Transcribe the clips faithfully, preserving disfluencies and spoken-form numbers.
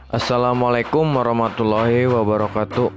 Assalamualaikum warahmatullahi wabarakatuh.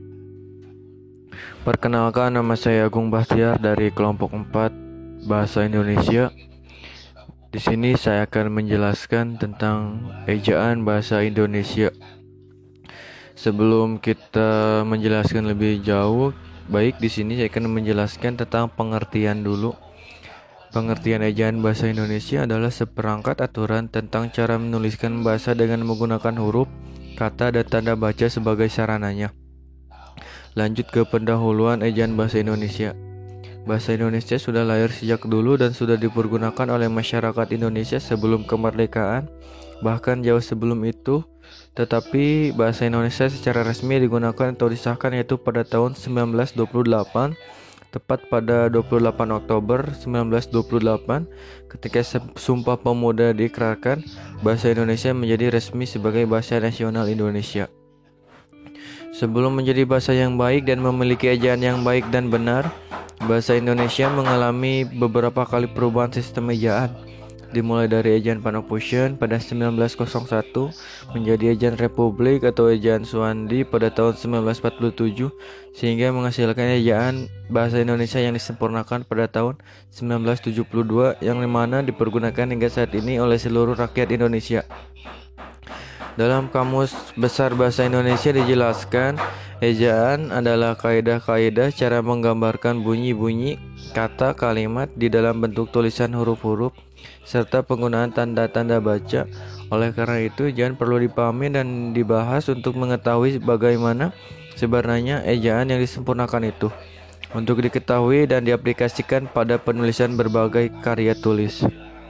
Perkenalkan, nama saya Agung Bahtiar dari kelompok empat Bahasa Indonesia. Di sini saya akan menjelaskan tentang ejaan bahasa Indonesia. Sebelum kita menjelaskan lebih jauh, baik di sini saya akan menjelaskan tentang pengertian dulu. Pengertian ejaan bahasa Indonesia adalah seperangkat aturan tentang cara menuliskan bahasa dengan menggunakan huruf, kata, dan tanda baca sebagai sarananya. Lanjut ke pendahuluan ejaan bahasa Indonesia. Bahasa Indonesia sudah lahir sejak dulu dan sudah dipergunakan oleh masyarakat Indonesia sebelum kemerdekaan, bahkan jauh sebelum itu. Tetapi bahasa Indonesia secara resmi digunakan atau disahkan yaitu pada tahun sembilan belas dua puluh delapan, tepat pada dua puluh delapan Oktober sembilan belas dua puluh delapan, ketika Sumpah Pemuda diikrarkan, bahasa Indonesia menjadi resmi sebagai bahasa nasional Indonesia. Sebelum menjadi bahasa yang baik dan memiliki ejaan yang baik dan benar, bahasa Indonesia mengalami beberapa kali perubahan sistem ejaan, dimulai dari ejaan Panopusyen pada sembilan belas nol satu menjadi ejaan Republik atau ejaan Suwandi pada tahun sembilan belas empat puluh tujuh, sehingga menghasilkan ejaan bahasa Indonesia yang disempurnakan pada tahun sembilan belas tujuh puluh dua, yang dimana dipergunakan hingga saat ini oleh seluruh rakyat Indonesia. Dalam Kamus Besar Bahasa Indonesia dijelaskan, ejaan adalah kaidah-kaidah cara menggambarkan bunyi-bunyi kata kalimat di dalam bentuk tulisan huruf-huruf serta penggunaan tanda-tanda baca. Oleh karena itu, ejaan perlu dipahami dan dibahas untuk mengetahui bagaimana sebenarnya ejaan yang disempurnakan itu, untuk diketahui dan diaplikasikan pada penulisan berbagai karya tulis.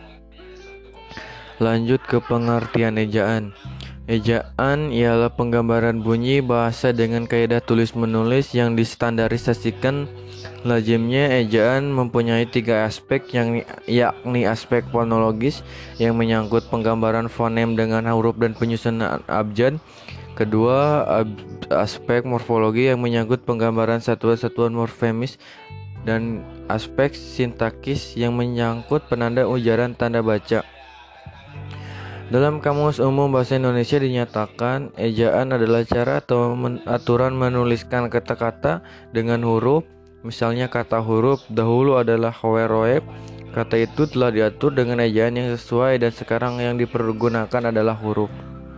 Lanjut ke pengertian ejaan. Ejaan ialah penggambaran bunyi bahasa dengan kaidah tulis-menulis yang distandarisasikan. Lazimnya ejaan mempunyai tiga aspek, yang yakni aspek fonologis yang menyangkut penggambaran fonem dengan huruf dan penyusunan abjad. Kedua, aspek morfologi yang menyangkut penggambaran satuan-satuan morfemis, dan aspek sintakis yang menyangkut penanda ujaran tanda baca. Dalam Kamus Umum Bahasa Indonesia dinyatakan, ejaan adalah cara atau men- aturan menuliskan kata-kata dengan huruf. Misalnya kata huruf dahulu adalah howeroep. Kata itu telah diatur dengan ejaan yang sesuai dan sekarang yang dipergunakan adalah huruf.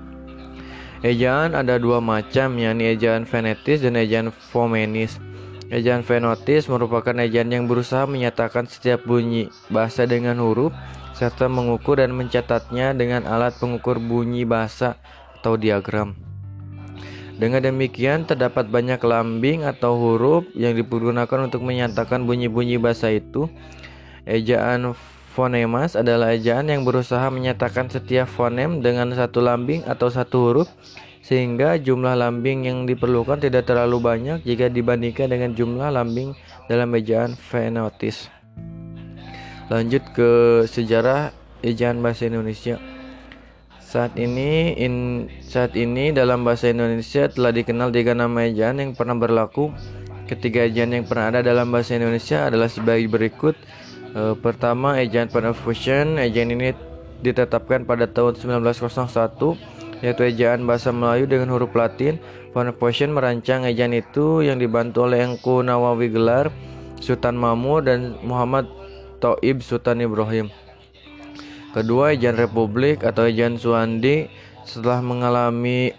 Ejaan ada dua macam, yakni ejaan fonetis dan ejaan fomenis. Ejaan fonetis merupakan ejaan yang berusaha menyatakan setiap bunyi bahasa dengan huruf serta mengukur dan mencatatnya dengan alat pengukur bunyi bahasa atau diagram. Dengan demikian, terdapat banyak lambing atau huruf yang dipergunakan untuk menyatakan bunyi-bunyi bahasa itu. Ejaan fonemas adalah ejaan yang berusaha menyatakan setiap fonem dengan satu lambing atau satu huruf, sehingga jumlah lambing yang diperlukan tidak terlalu banyak jika dibandingkan dengan jumlah lambing dalam ejaan fonetis. Lanjut ke sejarah ejaan bahasa Indonesia. Saat ini in, saat ini dalam bahasa Indonesia telah dikenal tiga nama ejaan yang pernah berlaku. Ketiga ejaan yang pernah ada dalam bahasa Indonesia adalah sebagai berikut. E, pertama, ejaan Panopusyen. Ejaan ini ditetapkan pada tahun sembilan belas nol satu, yaitu ejaan bahasa Melayu dengan huruf Latin. Panopusyen merancang ejaan itu yang dibantu oleh Engku Nawawi Gelar, Sultan Mahmud, dan Muhammad Thaib Sultan Ibrahim. Kedua, ejaan Republik atau ejaan Suwandi. Setelah mengalami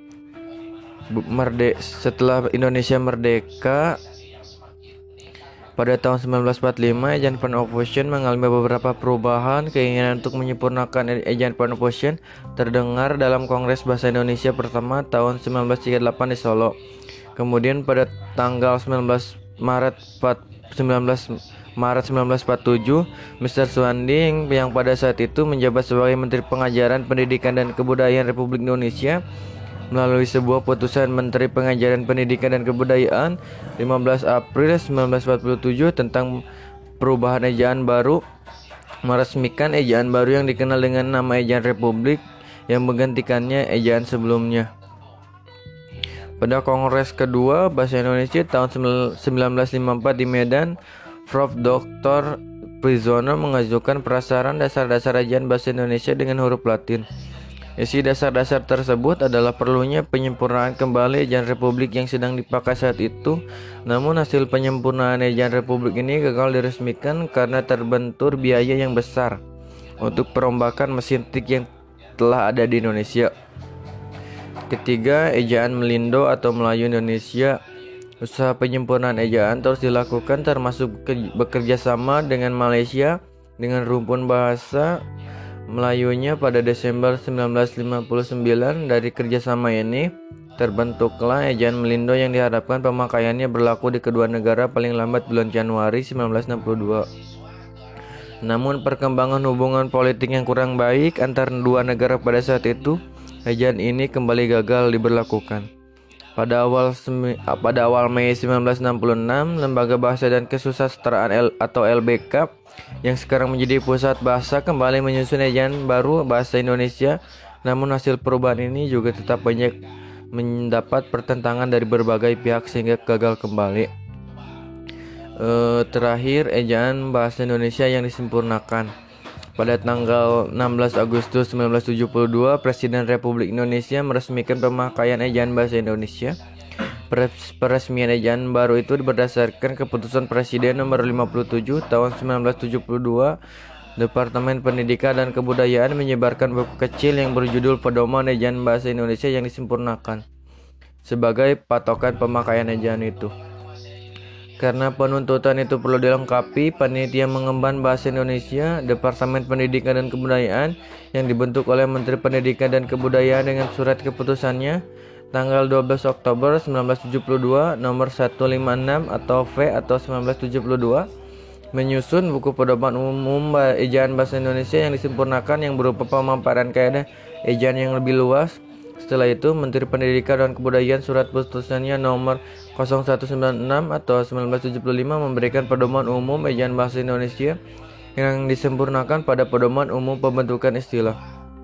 merde setelah Indonesia merdeka pada tahun sembilan belas empat puluh lima, ejaan Panopusyen mengalami beberapa perubahan. Keinginan untuk menyempurnakan ejaan Panopusyen terdengar dalam Kongres Bahasa Indonesia pertama tahun sembilan belas tiga puluh delapan di Solo. Kemudian pada tanggal sembilan belas Maret sembilan belas empat puluh tujuh, Mister Suwandi yang pada saat itu menjabat sebagai Menteri Pengajaran, Pendidikan dan Kebudayaan Republik Indonesia, melalui sebuah putusan Menteri Pengajaran, Pendidikan dan Kebudayaan lima belas April sembilan belas empat puluh tujuh tentang perubahan ejaan baru, meresmikan ejaan baru yang dikenal dengan nama ejaan Republik yang menggantikannya ejaan sebelumnya. Pada Kongres kedua Bahasa Indonesia tahun sembilan belas lima puluh empat di Medan, Profesor Doktor Prizono mengajukan prasaran dasar-dasar ejaan bahasa Indonesia dengan huruf Latin. Isi dasar-dasar tersebut adalah perlunya penyempurnaan kembali ejaan Republik yang sedang dipakai saat itu. Namun hasil penyempurnaan ejaan Republik ini gagal diresmikan karena terbentur biaya yang besar untuk perombakan mesin tik yang telah ada di Indonesia. Ketiga, ejaan Melindo atau Melayu Indonesia. Usaha penyempurnaan ejaan terus dilakukan termasuk bekerja sama dengan Malaysia dengan rumpun bahasa Melayunya pada Desember seribu sembilan ratus lima puluh sembilan. Dari kerjasama ini terbentuklah ejaan Melindo yang diharapkan pemakaiannya berlaku di kedua negara paling lambat bulan Januari seribu sembilan ratus enam puluh dua. Namun perkembangan hubungan politik yang kurang baik antar dua negara pada saat itu, ejaan ini kembali gagal diberlakukan. Pada awal pada awal Mei seribu sembilan ratus enam puluh enam, Lembaga Bahasa dan Kesusastraan L atau L B K yang sekarang menjadi pusat bahasa kembali menyusun ejaan baru bahasa Indonesia. Namun hasil perubahan ini juga tetap banyak mendapat pertentangan dari berbagai pihak sehingga gagal kembali. E, terakhir, ejaan bahasa Indonesia yang disempurnakan. Pada tanggal enam belas Agustus seribu sembilan ratus tujuh puluh dua, Presiden Republik Indonesia meresmikan pemakaian ejaan bahasa Indonesia. Peresmian ejaan baru itu berdasarkan keputusan Presiden nomor lima puluh tujuh tahun seribu sembilan ratus tujuh puluh dua. Departemen Pendidikan dan Kebudayaan menyebarkan buku kecil yang berjudul Pedoman Ejaan Bahasa Indonesia yang disempurnakan sebagai patokan pemakaian ejaan itu. Karena penuntutan itu perlu dilengkapi, panitia mengemban bahasa Indonesia, Departemen Pendidikan dan Kebudayaan yang dibentuk oleh Menteri Pendidikan dan Kebudayaan dengan surat keputusannya tanggal dua belas Oktober seribu sembilan ratus tujuh puluh dua nomor seratus lima puluh enam atau V atau seribu sembilan ratus tujuh puluh dua menyusun buku pedoman umum ejaan bahasa Indonesia yang disempurnakan yang berupa pemaparan kaidah ejaan yang lebih luas. Setelah itu, Menteri Pendidikan dan Kebudayaan surat putusannya nomor nol satu sembilan enam atau seribu sembilan ratus tujuh puluh lima memberikan pedoman umum ejaan bahasa Indonesia yang disempurnakan pada pedoman umum pembentukan istilah.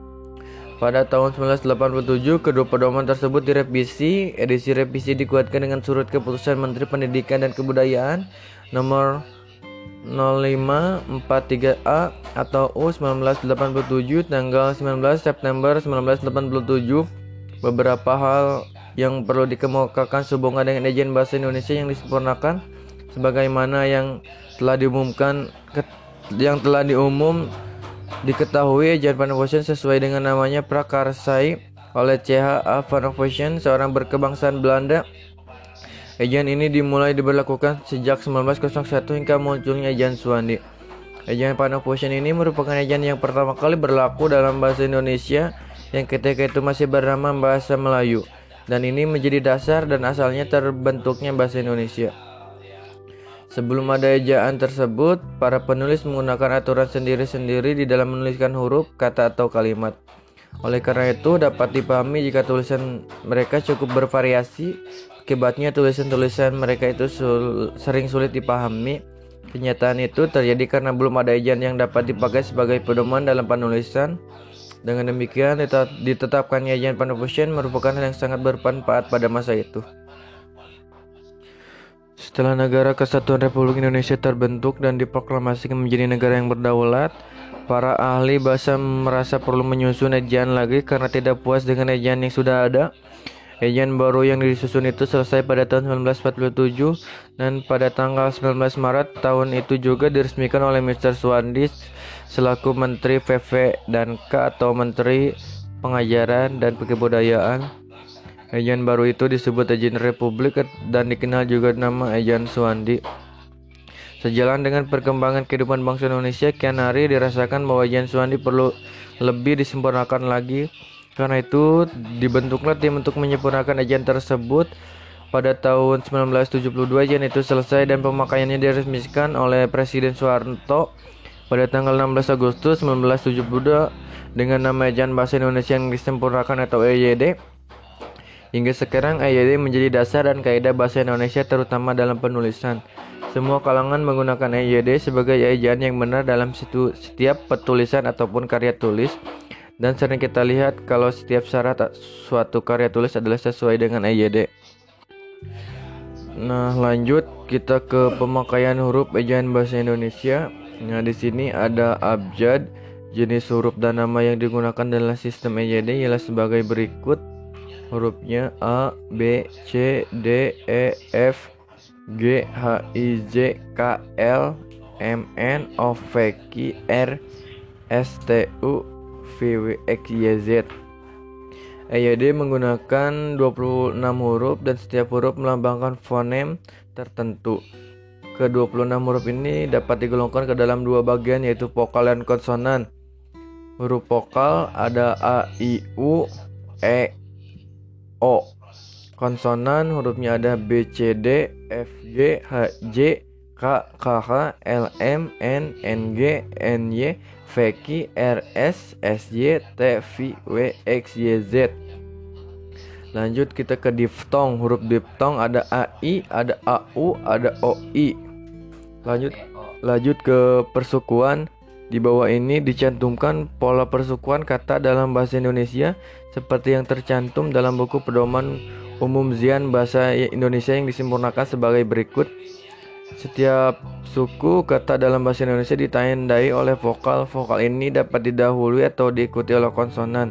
Pada tahun seribu sembilan ratus delapan puluh tujuh, kedua pedoman tersebut direvisi. Edisi revisi dikuatkan dengan surat keputusan Menteri Pendidikan dan Kebudayaan nomor nol lima empat tiga A atau U seribu sembilan ratus delapan puluh tujuh tanggal sembilan belas September seribu sembilan ratus delapan puluh tujuh. Beberapa hal yang perlu dikemukakan sehubungan dengan ejaan bahasa Indonesia yang disempurnakan sebagaimana yang telah diumumkan yang telah diumum diketahui ejaan Van Ocean sesuai dengan namanya prakarsai oleh C H A Van Ocean, seorang berkebangsaan Belanda. Ejaan ini dimulai diberlakukan sejak seribu sembilan ratus satu hingga munculnya ejaan Suwandi. Ejaan Van Ocean ini merupakan ejaan yang pertama kali berlaku dalam bahasa Indonesia yang ketika itu masih bernama bahasa Melayu, dan ini menjadi dasar dan asalnya terbentuknya bahasa Indonesia. Sebelum ada ejaan tersebut, para penulis menggunakan aturan sendiri-sendiri di dalam menuliskan huruf, kata, atau kalimat. Oleh karena itu, dapat dipahami jika tulisan mereka cukup bervariasi. Akibatnya tulisan-tulisan mereka itu sul- sering sulit dipahami. Kenyataan itu terjadi karena belum ada ejaan yang dapat dipakai sebagai pedoman dalam penulisan. Dengan demikian, ditetapkannya ejaan Van Ocean merupakan hal yang sangat bermanfaat pada masa itu. Setelah Negara Kesatuan Republik Indonesia terbentuk dan diproklamasikan menjadi negara yang berdaulat, para ahli bahasa merasa perlu menyusun ejaan lagi karena tidak puas dengan ejaan yang sudah ada. Ejaan baru yang disusun itu selesai pada tahun seribu sembilan ratus empat puluh tujuh dan pada tanggal sembilan belas Maret tahun itu juga diresmikan oleh mister Suwandi selaku Menteri P V dan K atau Menteri Pengajaran dan Kebudayaan. Ejaan baru itu disebut ejaan Republik dan dikenal juga nama ejaan Suwandi. Sejalan dengan perkembangan kehidupan bangsa Indonesia, kian hari dirasakan bahwa ejaan Suwandi perlu lebih disempurnakan lagi. Karena itu dibentuklah tim untuk menyempurnakan ejaan tersebut. Pada tahun seribu sembilan ratus tujuh puluh dua ejaan itu selesai dan pemakaiannya diresmikan oleh Presiden Soeharto pada tanggal enam belas Agustus seribu sembilan ratus tujuh puluh dua dengan nama ejaan bahasa Indonesia yang disempurnakan atau E Y D. Hingga sekarang E Y D menjadi dasar dan kaidah bahasa Indonesia terutama dalam penulisan. Semua kalangan menggunakan E Y D sebagai ejaan yang benar dalam situ, setiap petulisan ataupun karya tulis. Dan sering kita lihat kalau setiap syarat suatu karya tulis adalah sesuai dengan E Y D. Nah, lanjut kita ke pemakaian huruf ejaan bahasa Indonesia. Nah, di sini ada abjad Jenis huruf dan nama yang digunakan dalam sistem E Y D ialah sebagai berikut. Hurufnya A, B, C, D, E, F, G, H, I, J, K, L, M, N, O, P, Q, R, S, T, U, V, W, X, Y, Z. E Y D menggunakan dua puluh enam huruf dan setiap huruf melambangkan fonem tertentu. Ke dua puluh enam huruf ini dapat digolongkan ke dalam dua bagian, yaitu vokal dan konsonan. Huruf vokal ada A, I, U, E, O. Konsonan hurufnya ada B, C, D, F, G, H, J, K, K, H, L, M, N, N, G, N, Y, V, Q, R, S, S, Y, T, V, W, X, Y, Z. Lanjut kita ke diftong. Huruf diftong ada A, I, ada A, U, ada O, I. Lanjut lanjut ke persukuan. Di bawah ini dicantumkan pola persukuan kata dalam bahasa Indonesia seperti yang tercantum dalam buku pedoman umum Zian Bahasa Indonesia yang disempurnakan sebagai berikut. Setiap suku kata dalam bahasa Indonesia ditandai oleh vokal. Vokal ini dapat didahului atau diikuti oleh konsonan.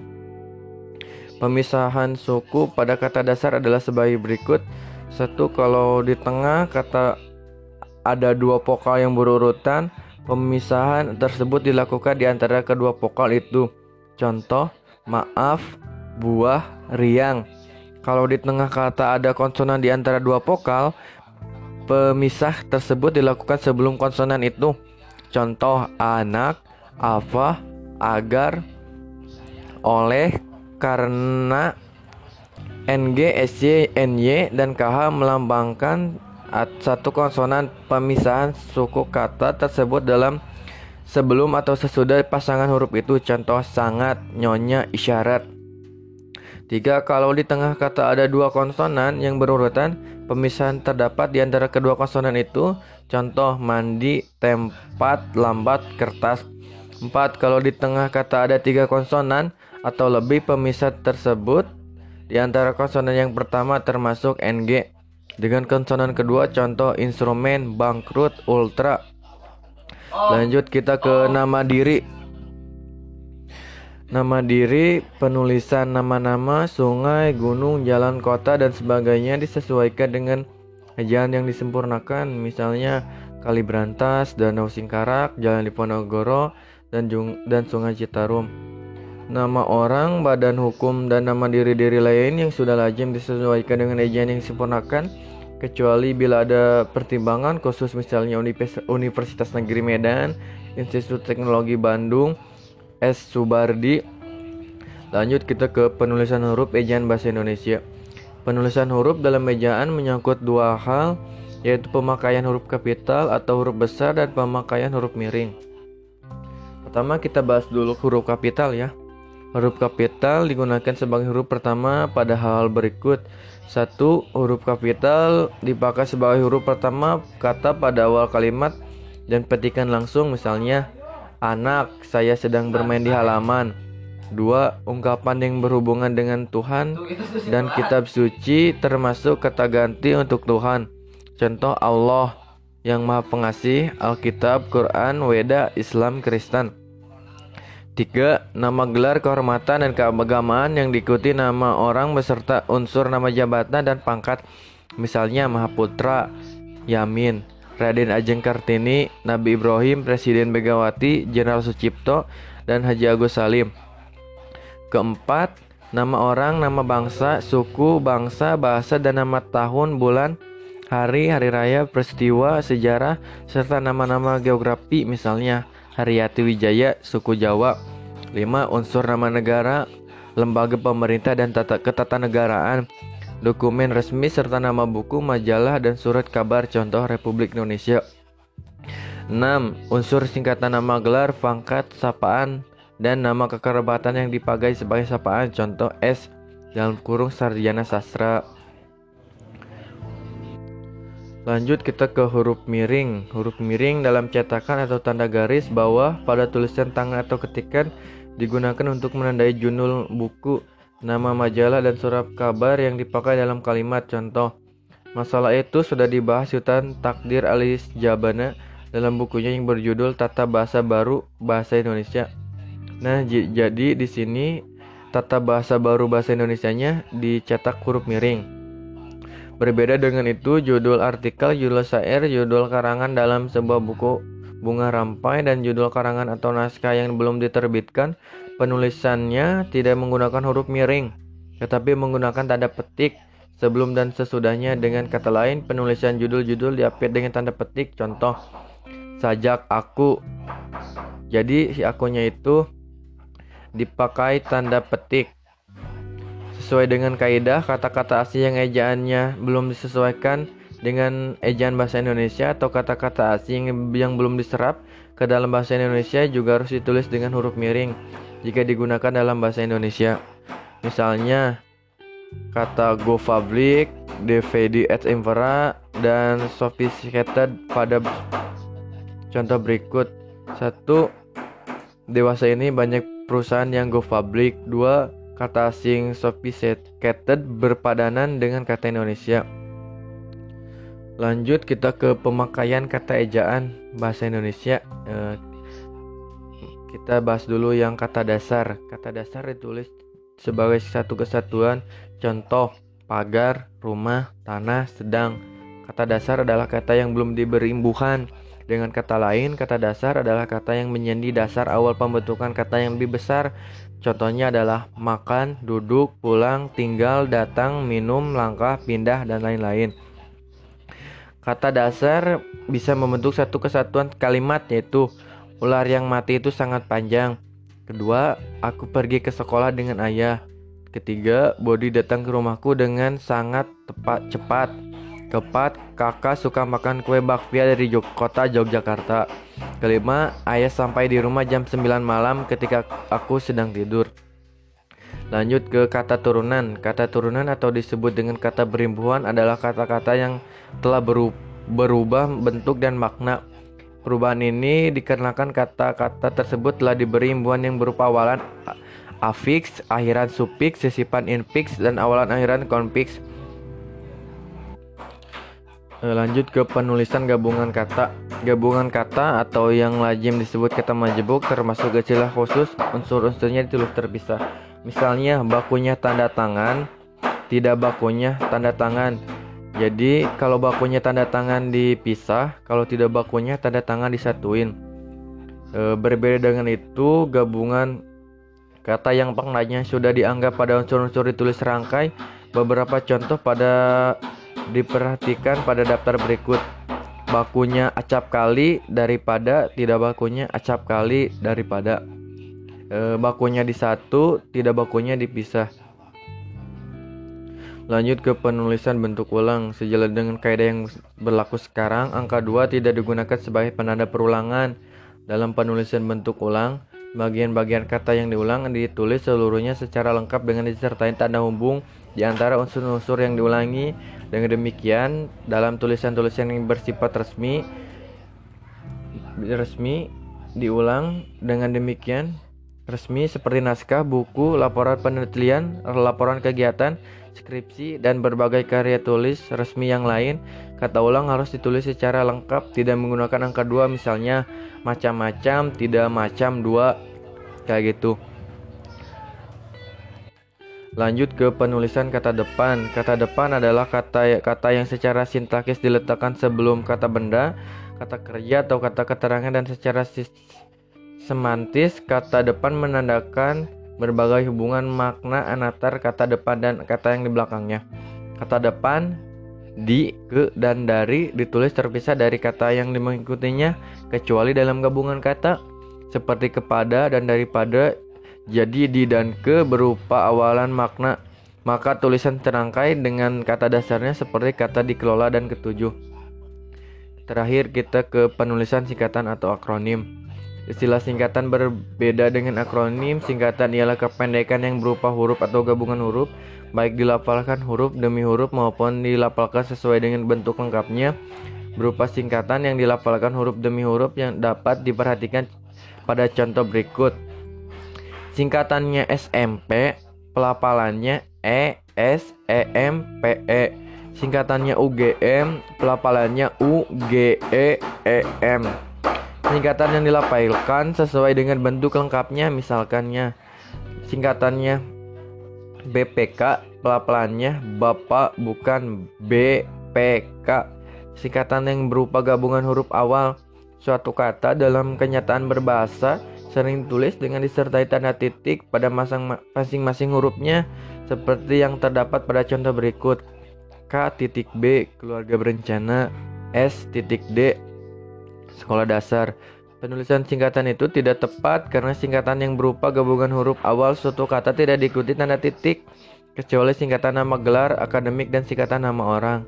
Pemisahan suku pada kata dasar adalah sebagai berikut. Satu, kalau di tengah kata ada dua vokal yang berurutan, pemisahan tersebut dilakukan di antara kedua vokal itu. Contoh, maaf, buah, riang. Kalau di tengah kata ada konsonan di antara dua vokal, pemisah tersebut dilakukan sebelum konsonan itu. Contoh, anak, apa, agar, oleh, karena. N G, S Y, N Y, dan K H melambangkan satu konsonan. Pemisahan suku kata tersebut dalam sebelum atau sesudah pasangan huruf itu. Contoh, sangat, nyonya, isyarat. Tiga, kalau di tengah kata ada dua konsonan yang berurutan, pemisahan terdapat di antara kedua konsonan itu. Contoh, mandi, tempat, lambat, kertas. Empat, kalau di tengah kata ada tiga konsonan atau lebih, pemisah tersebut di antara konsonan yang pertama termasuk N G dengan konsonan kedua. Contoh, instrumen, bangkrut, ultra. Lanjut kita ke nama diri. Nama diri, penulisan nama-nama, sungai, gunung, jalan, kota, dan sebagainya disesuaikan dengan ejaan yang disempurnakan. Misalnya Kali Brantas, Danau Singkarak, Jalan Diponegoro, dan, Jung, dan Sungai Citarum. Nama orang, badan hukum, dan nama diri-diri lain yang sudah lazim disesuaikan dengan ejaan yang disempurnakan, kecuali bila ada pertimbangan khusus, misalnya Universitas Negeri Medan, Institut Teknologi Bandung, S. Subardi. Lanjut kita ke penulisan huruf ejaan bahasa Indonesia. Penulisan huruf dalam ejaan menyangkut dua hal, yaitu pemakaian huruf kapital atau huruf besar dan pemakaian huruf miring. Pertama kita bahas dulu huruf kapital ya. Huruf kapital digunakan sebagai huruf pertama pada hal-hal berikut. Satu, huruf kapital dipakai sebagai huruf pertama kata pada awal kalimat dan petikan langsung, misalnya anak, saya sedang bermain di halaman. Dua, ungkapan yang berhubungan dengan Tuhan dan kitab suci termasuk kata ganti untuk Tuhan. Contoh, Allah, yang Maha Pengasih, Alkitab, Quran, Weda, Islam, Kristen. Tiga, nama gelar kehormatan dan keagamaan yang diikuti nama orang beserta unsur nama jabatan dan pangkat. Misalnya Mahaputra, Yamin, Raden Ajeng Kartini, Nabi Ibrahim, Presiden Megawati, Jenderal Sucipto, dan Haji Agus Salim. Keempat, nama orang, nama bangsa, suku, bangsa, bahasa, dan nama tahun, bulan, hari, hari raya, peristiwa, sejarah, serta nama-nama geografi, misalnya Haryati Wijaya, suku Jawa. Lima, unsur nama negara, lembaga pemerintah dan tata ketatanegaraan, dokumen resmi, serta nama buku, majalah, dan surat kabar, contoh Republik Indonesia. Enam, unsur singkatan nama gelar, pangkat, sapaan, dan nama kekerabatan yang dipakai sebagai sapaan, contoh S dalam kurung sarjana sastra. Lanjut kita ke huruf miring. Huruf miring dalam cetakan atau tanda garis bawah pada tulisan tangan atau ketikan digunakan untuk menandai judul buku, nama majalah, dan surat kabar yang dipakai dalam kalimat. Contoh, masalah itu sudah dibahas Sultan Takdir Ali Jabana dalam bukunya yang berjudul Tata Bahasa Baru Bahasa Indonesia. Nah, j- jadi di sini tata bahasa baru bahasa Indonesianya dicetak huruf miring. Berbeda dengan itu, judul artikel, judul syair, judul karangan dalam sebuah buku bunga rampai, dan judul karangan atau naskah yang belum diterbitkan, penulisannya tidak menggunakan huruf miring, tetapi menggunakan tanda petik sebelum dan sesudahnya. Dengan kata lain, penulisan judul-judul diapit dengan tanda petik. Contoh, sajak aku. Jadi si akunya itu dipakai tanda petik. Sesuai dengan kaidah, kata-kata asing yang ejaannya belum disesuaikan dengan ejaan bahasa Indonesia atau kata-kata asing yang belum diserap ke dalam bahasa Indonesia juga harus ditulis dengan huruf miring jika digunakan dalam bahasa Indonesia. Misalnya, kata go public, D V D ad infra, dan sophisticated pada contoh berikut. Satu, dewasa ini banyak perusahaan yang go public. Dua, kata asing sophisticated berpadanan dengan kata Indonesia. Lanjut kita ke pemakaian kata ejaan bahasa Indonesia. eh, Kita bahas dulu yang kata dasar. Kata dasar ditulis sebagai satu kesatuan. Contoh, pagar, rumah, tanah, sedang. Kata dasar adalah kata yang belum diberi imbuhan. Dengan kata lain, kata dasar adalah kata yang menjadi dasar awal pembentukan kata yang lebih besar. Contohnya adalah makan, duduk, pulang, tinggal, datang, minum, langkah, pindah, dan lain-lain. Kata dasar bisa membentuk satu kesatuan kalimat, yaitu ular yang mati itu sangat panjang. Kedua, aku pergi ke sekolah dengan ayah. Ketiga, Bodi datang ke rumahku dengan sangat tepat cepat. Keempat, kakak suka makan kue bakpia dari Jog- kota Yogyakarta. Kelima, ayah sampai di rumah jam sembilan malam ketika aku sedang tidur. Lanjut ke kata turunan. Kata turunan atau disebut dengan kata berimbuhan adalah kata-kata yang telah beru- berubah bentuk dan makna. Perubahan ini dikarenakan kata-kata tersebut telah diberi imbuhan yang berupa awalan afiks, akhiran sufiks, sisipan infiks, dan awalan akhiran konfiks. Lanjut ke penulisan gabungan kata. Gabungan kata atau yang lazim disebut kata majemuk termasuk istilah khusus, unsur-unsurnya ditulis terpisah. Misalnya, bakunya tanda tangan, tidak bakunya tanda tangan. Jadi kalau bakunya tanda tangan dipisah, kalau tidak bakunya tanda tangan disatuin. E, berbeda dengan itu, gabungan kata yang maknanya sudah dianggap pada unsur-unsur ditulis serangkai. Beberapa contoh pada diperhatikan pada daftar berikut. Bakunya acap kali daripada, tidak bakunya acap kali daripada. E, bakunya disatu, tidak bakunya dipisah. Lanjut ke penulisan bentuk ulang. Sejalan dengan kaidah yang berlaku sekarang, angka dua tidak digunakan sebagai penanda perulangan. Dalam penulisan bentuk ulang, bagian-bagian kata yang diulang ditulis seluruhnya secara lengkap dengan disertai tanda hubung di antara unsur-unsur yang diulangi. Dengan demikian, dalam tulisan-tulisan yang bersifat resmi resmi diulang dengan demikian resmi seperti naskah, buku, laporan penelitian, laporan kegiatan, skripsi, dan berbagai karya tulis resmi yang lain. Kata ulang harus ditulis secara lengkap, tidak menggunakan angka dua, misalnya macam-macam, tidak macam dua, kayak gitu. Lanjut ke penulisan kata depan. Kata depan adalah kata kata yang secara sintaksis diletakkan sebelum kata benda, kata kerja, atau kata keterangan, dan secara semantis kata depan menandakan berbagai hubungan makna antar kata depan dan kata yang di belakangnya. Kata depan, di, ke, dan dari ditulis terpisah dari kata yang mengikutinya kecuali dalam gabungan kata seperti kepada dan daripada. Jadi di dan ke berupa awalan makna, maka tulisan terangkai dengan kata dasarnya seperti kata dikelola dan ketujuh. Terakhir kita ke penulisan singkatan atau akronim. Istilah singkatan berbeda dengan akronim. Singkatan ialah kependekan yang berupa huruf atau gabungan huruf, baik dilafalkan huruf demi huruf maupun dilafalkan sesuai dengan bentuk lengkapnya. Berupa singkatan yang dilafalkan huruf demi huruf yang dapat diperhatikan pada contoh berikut. Singkatannya S M P, pelafalannya E S E M P E. Singkatannya U G M, pelafalannya U G E E M. Singkatan yang dilafalkan sesuai dengan bentuk lengkapnya, misalkannya singkatannya B P K, pelafalannya Bapak bukan B P K. Singkatan yang berupa gabungan huruf awal suatu kata dalam kenyataan berbahasa sering ditulis dengan disertai tanda titik pada masing-masing hurufnya, seperti yang terdapat pada contoh berikut. K titik B, keluarga berencana. S titik D, sekolah dasar. Penulisan singkatan itu tidak tepat karena singkatan yang berupa gabungan huruf awal suatu kata tidak diikuti tanda titik, kecuali singkatan nama gelar akademik dan singkatan nama orang.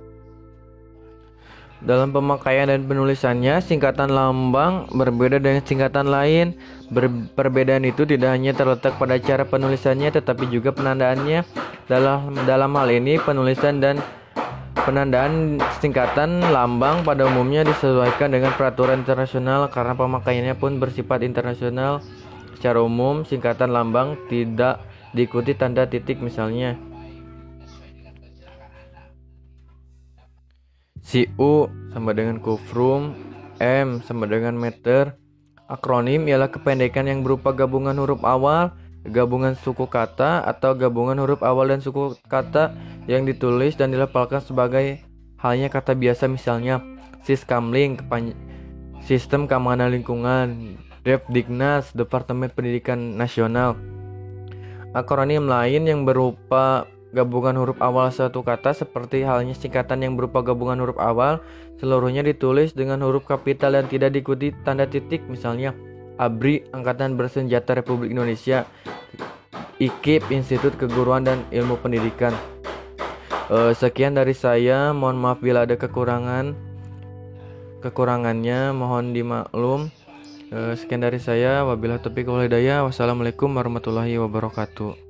Dalam pemakaian dan penulisannya, singkatan lambang berbeda dengan singkatan lain. Ber- perbedaan itu tidak hanya terletak pada cara penulisannya, tetapi juga penandaannya. Dalam dalam hal ini, penulisan dan penandaan singkatan lambang pada umumnya disesuaikan dengan peraturan internasional karena pemakaiannya pun bersifat internasional. Secara umum, singkatan lambang tidak diikuti tanda titik, misalnya C U sama dengan kufrum, M sama dengan meter. Akronim ialah kependekan yang berupa gabungan huruf awal, gabungan suku kata, atau gabungan huruf awal dan suku kata yang ditulis dan dilafalkan sebagai halnya kata biasa, misalnya Siskamling, Sistem Keamanan Lingkungan, Depdiknas, Departemen Pendidikan Nasional. Akronim lain yang berupa gabungan huruf awal suatu kata seperti halnya singkatan yang berupa gabungan huruf awal seluruhnya ditulis dengan huruf kapital dan tidak diikuti tanda titik, misalnya A B R I, Angkatan Bersenjata Republik Indonesia, I K I P, Institut Keguruan dan Ilmu Pendidikan. e, Sekian dari saya, mohon maaf bila ada kekurangan Kekurangannya mohon dimaklum. e, Sekian dari saya, wabillahi taufiq wal hidayah. Wassalamualaikum warahmatullahi wabarakatuh.